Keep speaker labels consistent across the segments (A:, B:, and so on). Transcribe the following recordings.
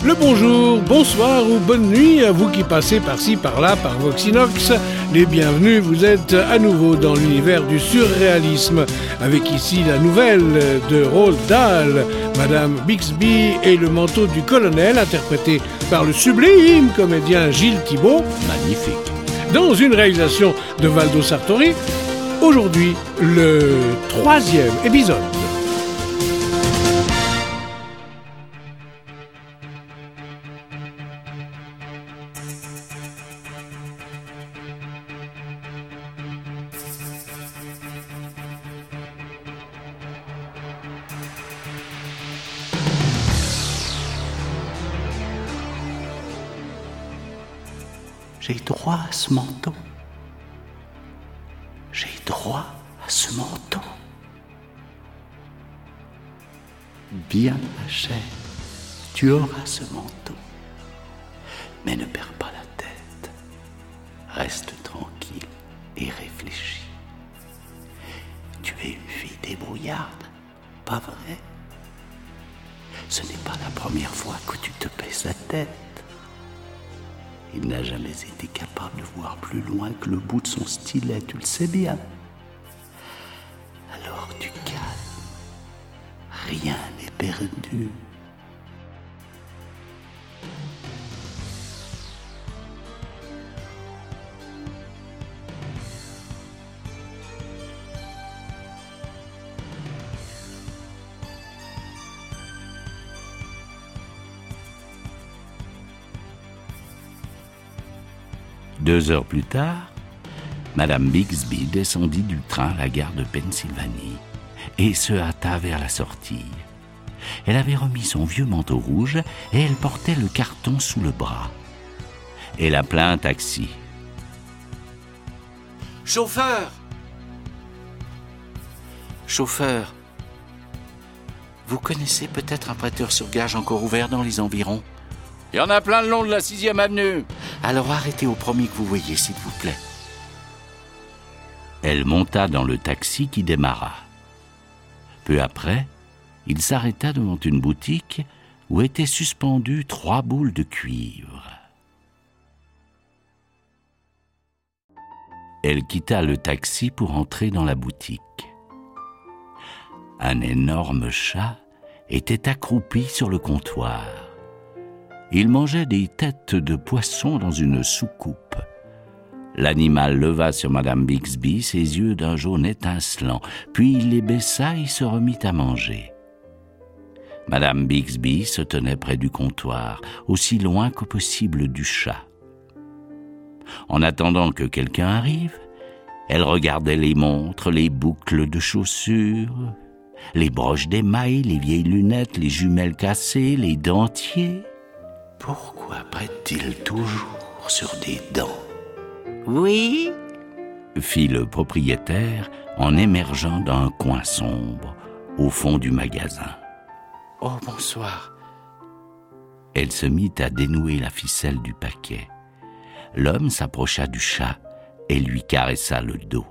A: Le bonjour, bonsoir ou bonne nuit à vous qui passez par-ci par-là par Voxinox. Les bienvenus, vous êtes à nouveau dans l'univers du surréalisme, avec ici la nouvelle de Roald Dahl, Madame Bixby et le manteau du colonel, interprété par le sublime comédien Gilles Thibault.
B: Magnifique.
A: Dans une réalisation de Valdo Sartori, aujourd'hui le 3e épisode.
B: J'ai droit à ce manteau. J'ai droit à ce manteau. Bien, ma chère, tu auras ce manteau. Mais ne perds pas la tête. Reste tranquille et réfléchis. Tu es une fille débrouillarde, pas vrai? Ce n'est pas la première fois que tu te pèses la tête. Il n'a jamais été capable de voir plus loin que le bout de son stylet, tu le sais bien. Alors tu calmes. Rien n'est perdu. Deux heures plus tard, Madame Bixby descendit du train à la gare de Pennsylvanie et se hâta vers la sortie. Elle avait remis son vieux manteau rouge et elle portait le carton sous le bras. Elle appela un taxi. « Chauffeur ! Chauffeur, vous connaissez peut-être un prêteur sur gage encore ouvert dans les environs ? Il y en a plein le long de la 6e avenue. Alors arrêtez au premier que vous voyez, s'il vous plaît. » Elle monta dans le taxi qui démarra. Peu après, il s'arrêta devant une boutique où étaient suspendues 3 boules de cuivre. Elle quitta le taxi pour entrer dans la boutique. Un énorme chat était accroupi sur le comptoir. Il mangeait des têtes de poisson dans une soucoupe. L'animal leva sur Madame Bixby ses yeux d'un jaune étincelant, puis il les baissa et se remit à manger. Madame Bixby se tenait près du comptoir, aussi loin que possible du chat. En attendant que quelqu'un arrive, elle regardait les montres, les boucles de chaussures, les broches d'émail, les vieilles lunettes, les jumelles cassées, les dentiers. Pourquoi prête-t-il toujours sur des dents ? Oui, fit le propriétaire en émergeant d'un coin sombre au fond du magasin. Oh, bonsoir. Elle se mit à dénouer la ficelle du paquet. L'homme s'approcha du chat et lui caressa le dos.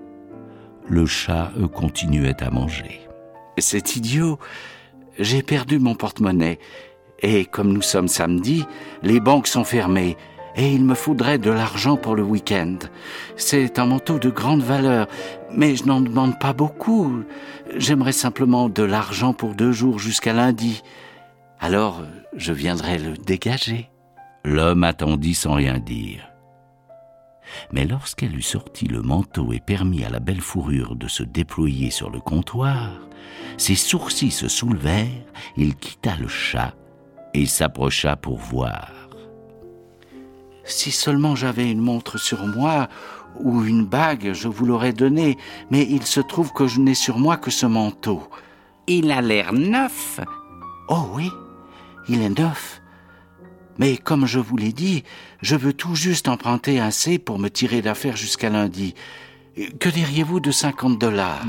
B: Le chat continuait à manger. C'est idiot, j'ai perdu mon porte-monnaie. Et comme nous sommes samedi, les banques sont fermées et il me faudrait de l'argent pour le week-end. C'est un manteau de grande valeur, mais je n'en demande pas beaucoup. J'aimerais simplement de l'argent pour 2 jours jusqu'à lundi. Alors, je viendrai le dégager. L'homme attendit sans rien dire. Mais lorsqu'elle eut sorti le manteau et permis à la belle fourrure de se déployer sur le comptoir, ses sourcils se soulevèrent, il quitta le chat et s'approcha pour voir. « Si seulement j'avais une montre sur moi ou une bague, je vous l'aurais donnée, mais il se trouve que je n'ai sur moi que ce manteau. »« Il a l'air neuf. »« Oh oui, il est neuf. Mais comme je vous l'ai dit, je veux tout juste emprunter assez pour me tirer d'affaire jusqu'à lundi. Que diriez-vous de $50 ?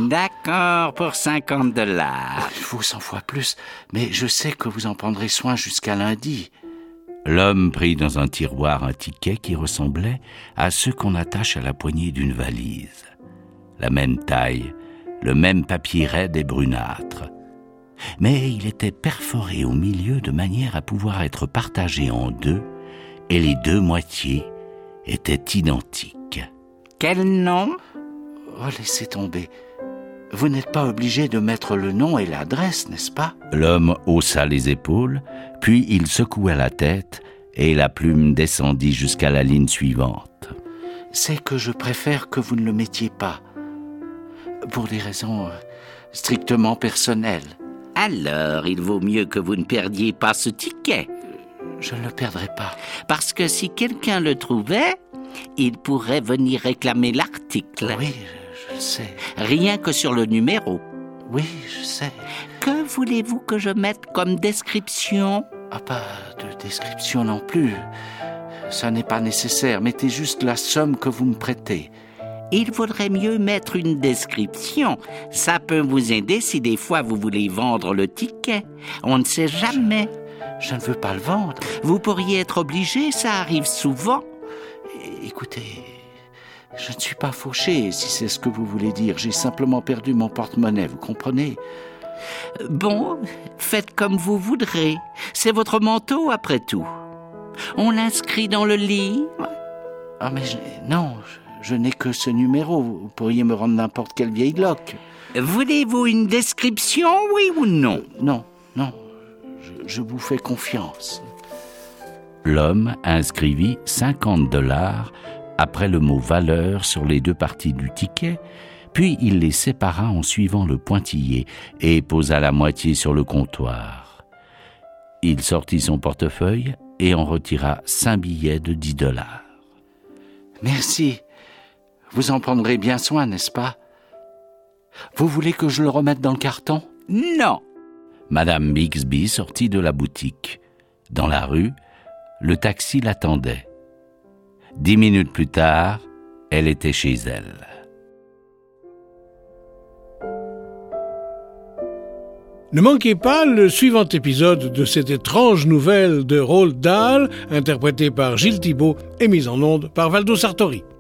B: D'accord, pour $50. Il faut 100 fois plus, mais je sais que vous en prendrez soin jusqu'à lundi. L'homme prit dans un tiroir un ticket qui ressemblait à ceux qu'on attache à la poignée d'une valise. La même taille, le même papier raide et brunâtre. mais il était perforé au milieu de manière à pouvoir être partagé en deux, et les deux moitiés étaient identiques.
C: Quel nom ?
D: Oh, laissez tomber. Vous n'êtes pas obligé de mettre le nom et l'adresse, n'est-ce pas ?
B: L'homme haussa les épaules, puis il secoua la tête, et la plume descendit jusqu'à la ligne suivante.
D: C'est que je préfère que vous ne le mettiez pas, pour des raisons strictement personnelles.
C: Alors, il vaut mieux que vous ne perdiez pas ce ticket.
D: Je ne le perdrai pas.
C: Parce que si quelqu'un le trouvait, il pourrait venir réclamer l'article.
D: Oui, je le sais.
C: Rien que sur le numéro.
D: Oui, je sais.
C: Que voulez-vous que je mette comme description ?
D: Ah, pas de description non plus. Ça n'est pas nécessaire. Mettez juste la somme que vous me prêtez.
C: Il vaudrait mieux mettre une description. Ça peut vous aider si des fois vous voulez vendre le ticket. On ne sait jamais.
D: Je ne veux pas le vendre.
C: Vous pourriez être obligé, ça arrive souvent.
D: Écoutez, je ne suis pas fauché, si c'est ce que vous voulez dire. J'ai simplement perdu mon porte-monnaie, vous comprenez ?
C: Bon, faites comme vous voudrez. C'est votre manteau, après tout. On l'inscrit dans le livre.
D: Ah, mais non, je n'ai que ce numéro. Vous pourriez me rendre n'importe quelle vieille loque.
C: Voulez-vous une description, oui ou non ?
D: Non. Je vous fais confiance.
B: L'homme inscrivit $50 après le mot « valeur » sur les deux parties du ticket, puis il les sépara en suivant le pointillé et posa la moitié sur le comptoir. Il sortit son portefeuille et en retira 5 billets de $10.
D: Merci. Vous en prendrez bien soin, n'est-ce pas ? Vous voulez que je le remette dans le carton ?
C: Non.
B: Madame Bixby sortit de la boutique. Dans la rue, le taxi l'attendait. 10 minutes plus tard, elle était chez elle.
A: Ne manquez pas le suivant épisode de cette étrange nouvelle de Roald Dahl, interprétée par Gilles Thibault et mise en onde par Valdo Sartori.